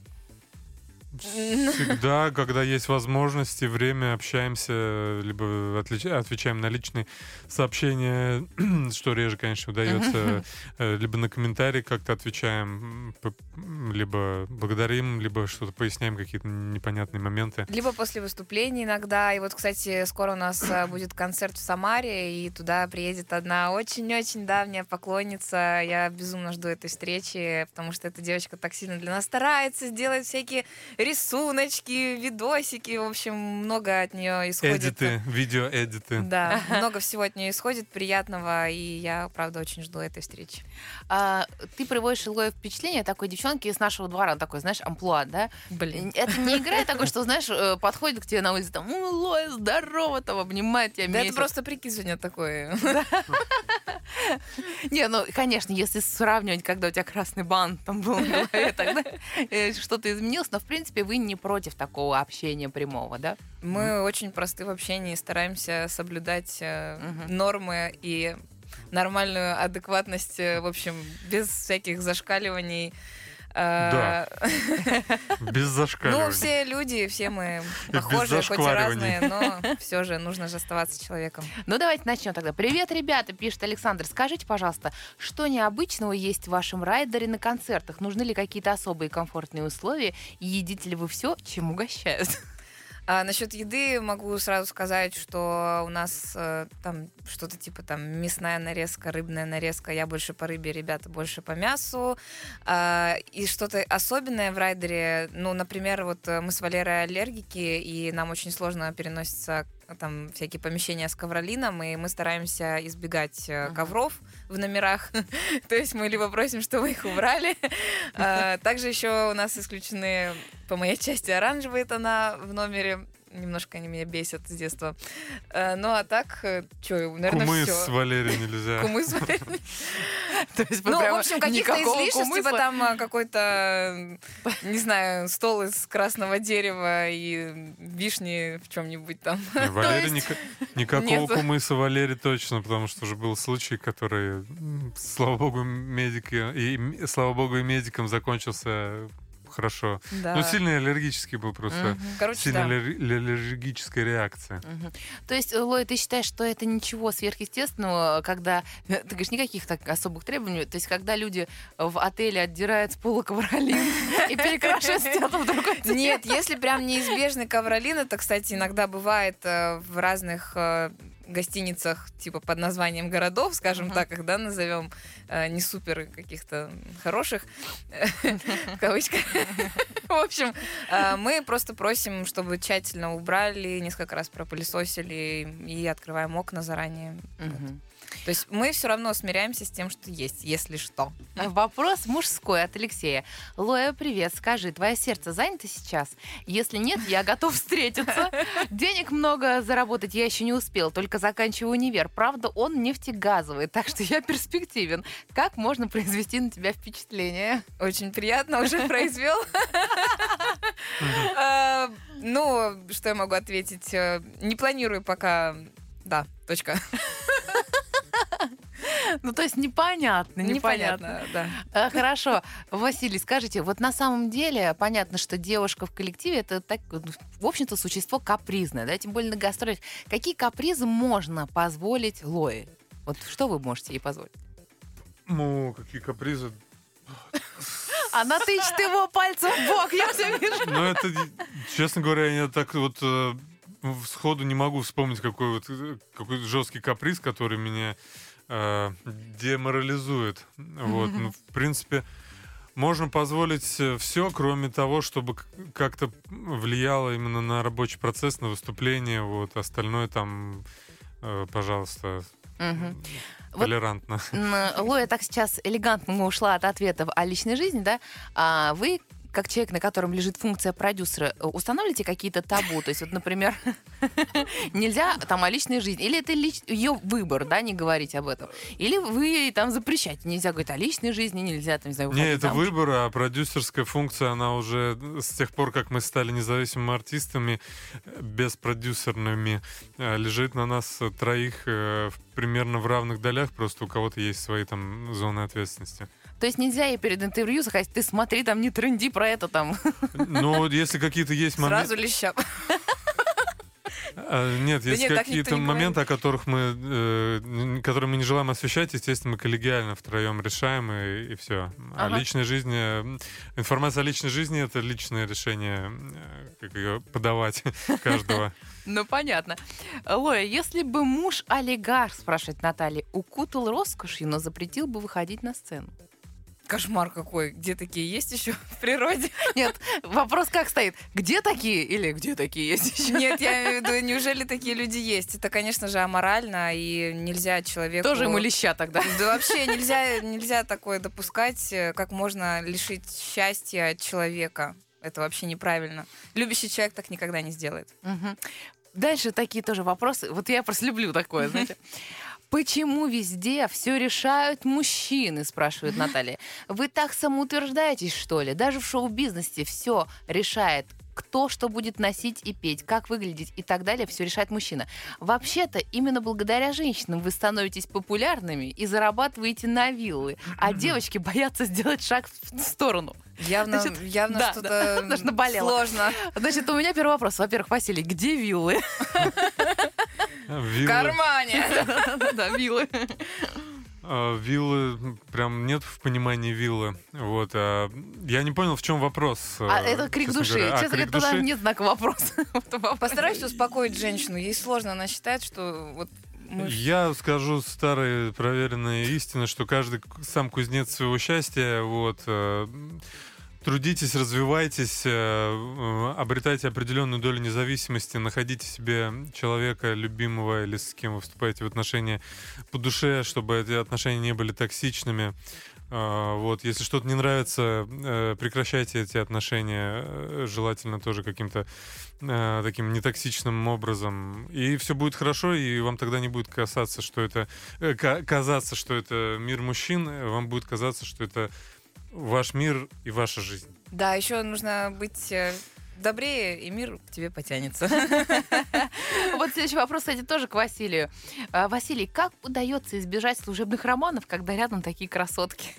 Всегда, когда есть возможность и время, общаемся, либо отвечаем на личные сообщения, что реже, конечно, удается, либо на комментарии как-то отвечаем, либо благодарим, либо что-то поясняем, какие-то непонятные моменты.
Либо после выступлений иногда. И вот, кстати, скоро у нас будет концерт в Самаре, и туда приедет одна очень-очень давняя поклонница. Я безумно жду этой встречи, потому что эта девочка так сильно для нас старается, делает всякие рисуночки, видосики. В общем, много от нее исходит.
Эдиты, видеоэдиты.
Да, много всего от нее исходит приятного, и я, правда, очень жду этой встречи.
Ты приводишь Лое впечатление такой девчонки из нашего двора, такой, знаешь, амплуа, да?
Блин.
Это не играет такое, что, знаешь, подходит к тебе на улице, там, Лоя, здорово, там, обнимает тебя
Да это
месяц.
просто прикидывание такое.
Не, ну, конечно, если сравнивать, когда у тебя красный бант там был на голове, тогда что-то изменилось, но, в принципе, вы не против такого общения прямого, да?
Мы очень просты в общении, стараемся соблюдать нормы и нормальную адекватность, в общем, без всяких зашкаливаний.
Да. Без зашкаливания.
Ну, все люди, все мы
без
похожие, хоть и
зашквариваний.
разные, но все же нужно же оставаться человеком.
Ну, давайте начнем тогда. Привет, ребята, пишет Александр. Скажите, пожалуйста, что необычного есть в вашем райдере на концертах? Нужны ли какие-то особые комфортные условия? И едите ли вы все, чем угощают?
А насчет еды могу сразу сказать, что у нас там что-то типа там мясная нарезка, рыбная нарезка. Я больше по рыбе, ребята больше по мясу. И что-то особенное в райдере, ну, например, вот мы с Валерой аллергики, и нам очень сложно переносится там всякие помещения с ковролином, и мы стараемся избегать ковров в номерах. То есть мы либо просим, чтобы их убрали. Также еще у нас исключены, по моей части, оранжевые тона в номере. немножко они меня бесят с детства. Ну, а так, что, наверное,
Кумыс
все.
с Валерией нельзя.
Кумыс с Валерией.
То есть
Ну, в
прямо
общем, каких-то
никакого
излишеств,
кумыса.
типа там какой-то, не знаю, стол из красного дерева и вишни в чем-нибудь там.
Валерий никакого
нету.
кумыса Валерий точно, потому что уже был случай, который, слава богу, слава богу, и медикам закончился хорошо.
Да.
Ну, сильно аллергический был просто.
Короче,
Сильно
да.
аллергическая реакция.
Мгм. То есть, Лоя, ты считаешь, что это ничего сверхъестественного, когда, ты говоришь, никаких так особых требований, то есть, когда люди в отеле отдирают с пола ковролин и перекрашивают стену в другой цвет?
Нет, если прям неизбежный ковролин, это, кстати, иногда бывает в разных гостиницах, типа под названием городов, скажем так, когда назовем не супер каких-то хороших, в кавычках. В общем, мы просто просим, чтобы тщательно убрали, несколько раз пропылесосили и открываем окна заранее.
Мгм.
То есть мы все равно смиряемся с тем, что есть, если что.
Вопрос мужской от Алексея. Лоя, привет, скажи, твое сердце занято сейчас? Если нет, я готов встретиться. Денег много заработать я еще не успел, только заканчиваю универ. Правда, он нефтегазовый, так что я перспективен. Как можно произвести на тебя впечатление?
Очень приятно, уже произвел. Ну, что я могу ответить? Не планирую пока. Да, точка.
Ну, то есть непонятно.
Непонятно, да.
Хорошо. Василий, скажите, вот на самом деле понятно, что девушка в коллективе это, так, в общем-то, существо капризное, да, тем более на гастролях. Какие капризы можно позволить Лое? Вот что вы можете ей позволить?
Ну, какие капризы.
Она тычет его пальцем в бок, я все вижу.
Ну, это, честно говоря, я так вот сходу не могу вспомнить какой жесткий каприз, который меня деморализует. Вот. Ну, в принципе, можно позволить все, кроме того, чтобы как-то влияло именно на рабочий процесс, на выступление. Вот. Остальное там, пожалуйста, толерантно.
Лоя так сейчас элегантно ушла от ответов о личной жизни, да? А вы, как человек, на котором лежит функция продюсера, устанавливаете какие-то табу? То есть, вот, например, нельзя там о личной жизни. Или это ее выбор, да, не говорить об этом. Или вы ей там запрещаете. Нельзя говорить о личной жизни, нельзя, там, не знаю,
Не,
выходить
это
замуж.
выбор, а продюсерская функция, она уже с тех пор, как мы стали независимыми артистами, беспродюсерными, лежит на нас троих примерно в равных долях, просто у кого-то есть свои там зоны ответственности.
То есть нельзя ей перед интервью заходить, ты смотри, там, не тренди про это там.
Ну, если какие-то есть моменты...
Сразу леща.
Нет, есть
нет, так никто
какие-то
не
моменты, которые мы не желаем освещать. Естественно, мы коллегиально втроем решаем, и все. А
Ага.
личная жизнь... Информация о личной жизни — это личное решение, как ее подавать каждого.
Ну, понятно. Лоя, если бы муж олигарх, спрашивает Наталья, укутал роскошью, но запретил бы выходить на сцену?
Кошмар какой. Где такие есть еще в природе?
Нет, вопрос как стоит? Где такие или где такие есть еще?
Нет, я имею в виду, неужели такие люди есть? Это, конечно же, аморально, и нельзя человеку...
Тоже ему леща тогда.
Да вообще нельзя такое допускать, как можно лишить счастья человека. Это вообще неправильно. Любящий человек так никогда не сделает.
Мгм. Дальше такие тоже вопросы. Вот я просто люблю такое, знаете. Почему везде все решают мужчины, спрашивает Наталья. Вы так самоутверждаетесь, что ли? Даже в шоу-бизнесе все решает, кто что будет носить и петь, как выглядеть и так далее, все решает мужчина. Вообще-то, именно благодаря женщинам вы становитесь популярными и зарабатываете на виллы, а девочки боятся сделать шаг в сторону.
Явно
да,
что-то
даже наболело.
сложно.
Значит, у меня первый вопрос. Во-первых, Василий, где виллы?
В
Виллы,
кармане.
Да, виллы.
виллы, прям нет в понимании виллы. Вот. Я не понял, в чем вопрос.
А это крик
честно
души.
говоря.
Честно говоря,
крик
туда
души?
нет знака вопроса.
Постарайся успокоить женщину. Ей сложно, она считает, что вот мы
Я скажу старые проверенные истины, что каждый сам кузнец своего счастья. Вот. трудитесь, развивайтесь, обретайте определенную долю независимости, находите себе человека любимого или с кем вы вступаете в отношения по душе, чтобы эти отношения не были токсичными. Вот, если что-то не нравится, прекращайте эти отношения, желательно тоже каким-то таким нетоксичным образом, и все будет хорошо, и вам тогда не будет казаться, что это мир мужчин, вам будет казаться, что это ваш мир и ваша жизнь.
Да, еще нужно быть добрее, и мир к тебе потянется.
Вот следующий вопрос, кстати, тоже к Василию. Василий, как удается избежать служебных романов, когда рядом такие красотки?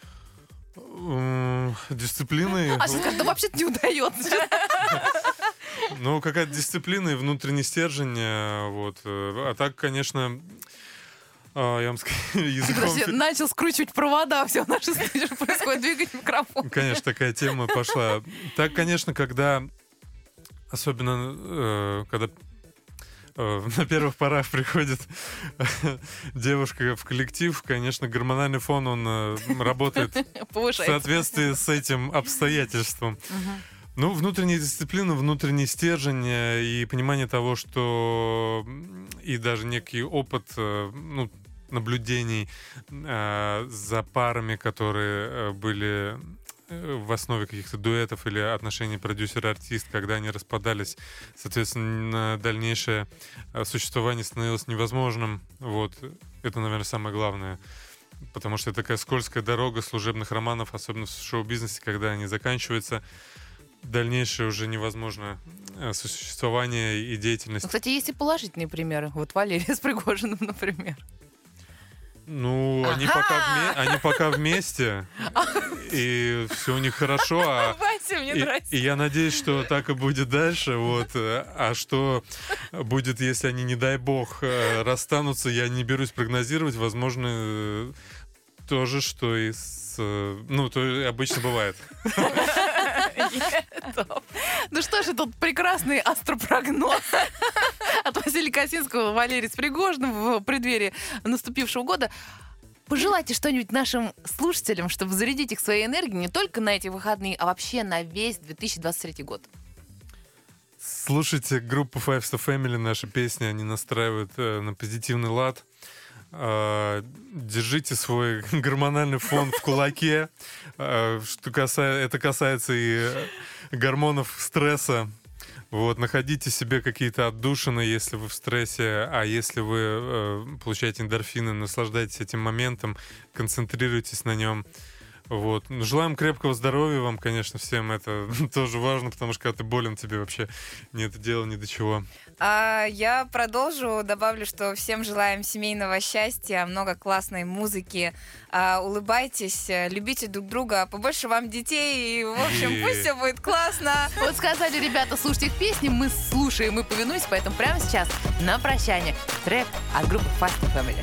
Дисциплины.
А сейчас как-то вообще-то не удается.
Ну, какая-то дисциплина и внутренний стержень. Вот. А так, конечно, я вам скажу, языком...
Подожди, начал скручивать провода, все, наше происходит, двигать микрофон.
Конечно, такая тема пошла. Так, конечно, когда... Особенно, когда на первых порах приходит девушка в коллектив, конечно, гормональный фон, он работает в соответствии с этим обстоятельством. Ну, внутренняя дисциплина, внутренний стержень и понимание того, что и даже некий опыт, ну, наблюдений за парами, которые были в основе каких-то дуэтов или отношений продюсер-артист, когда они распадались, соответственно, дальнейшее существование становилось невозможным. Вот. Это, наверное, самое главное. Потому что это такая скользкая дорога служебных романов, особенно в шоу-бизнесе, когда они заканчиваются. Дальнейшее уже невозможно существование и деятельность.
Ну, кстати, есть и положительные примеры. Вот Валерия с Пригожиным, например.
Ну, они пока вместе, и все у них хорошо.
Вася, мне нравится.
И я надеюсь, что так и будет дальше. Вот. А что будет, если они, не дай бог, расстанутся, я не берусь прогнозировать. Возможно, то же, что и с... Ну, то обычно бывает.
Ну что же, тут прекрасный астропрогноз от Василия Косинского, Валерия с Пригожиным в преддверии наступившего года. Пожелайте что-нибудь нашим слушателям, чтобы зарядить их своей энергией не только на эти выходные, а вообще на весь 2023 год.
Слушайте группу Five Star Family, наши песни, они настраивают на позитивный лад. Держите свой гормональный фон в кулаке. Это касается и гормонов стресса. Вот, находите себе какие-то отдушины, если вы в стрессе, а если вы получаете эндорфины, наслаждайтесь этим моментом, концентрируйтесь на нем. Вот. Желаем крепкого здоровья вам, конечно, всем. Это тоже важно, потому что когда ты болен, тебе вообще нет дела ни до чего.
Я продолжу, добавлю, что всем желаем семейного счастья, много классной музыки. Улыбайтесь, любите друг друга, побольше вам детей, и, в общем, пусть все будет классно.
Вот сказали ребята, слушайте их песни, мы слушаем и повинуемся, поэтому прямо сейчас на прощание трек от группы Five Star Family.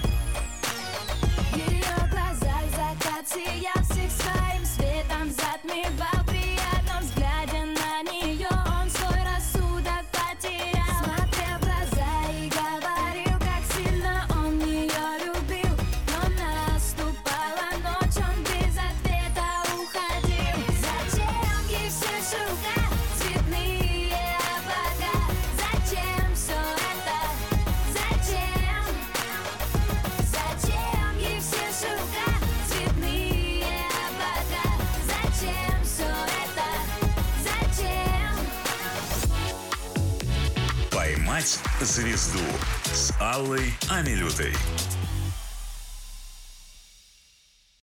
Я всех своим светом затмевал. При одном взгляде на нее он свой рассудок потерял. Смотрел в глаза и говорил, как сильно он ее любил. Но наступала ночь, он без ответа уходил. Зачем ей все шелка, цветные облака? Зачем все это? Зачем? Зачем ей все шелка?
«Поймать звезду» с Аллой Амилютой.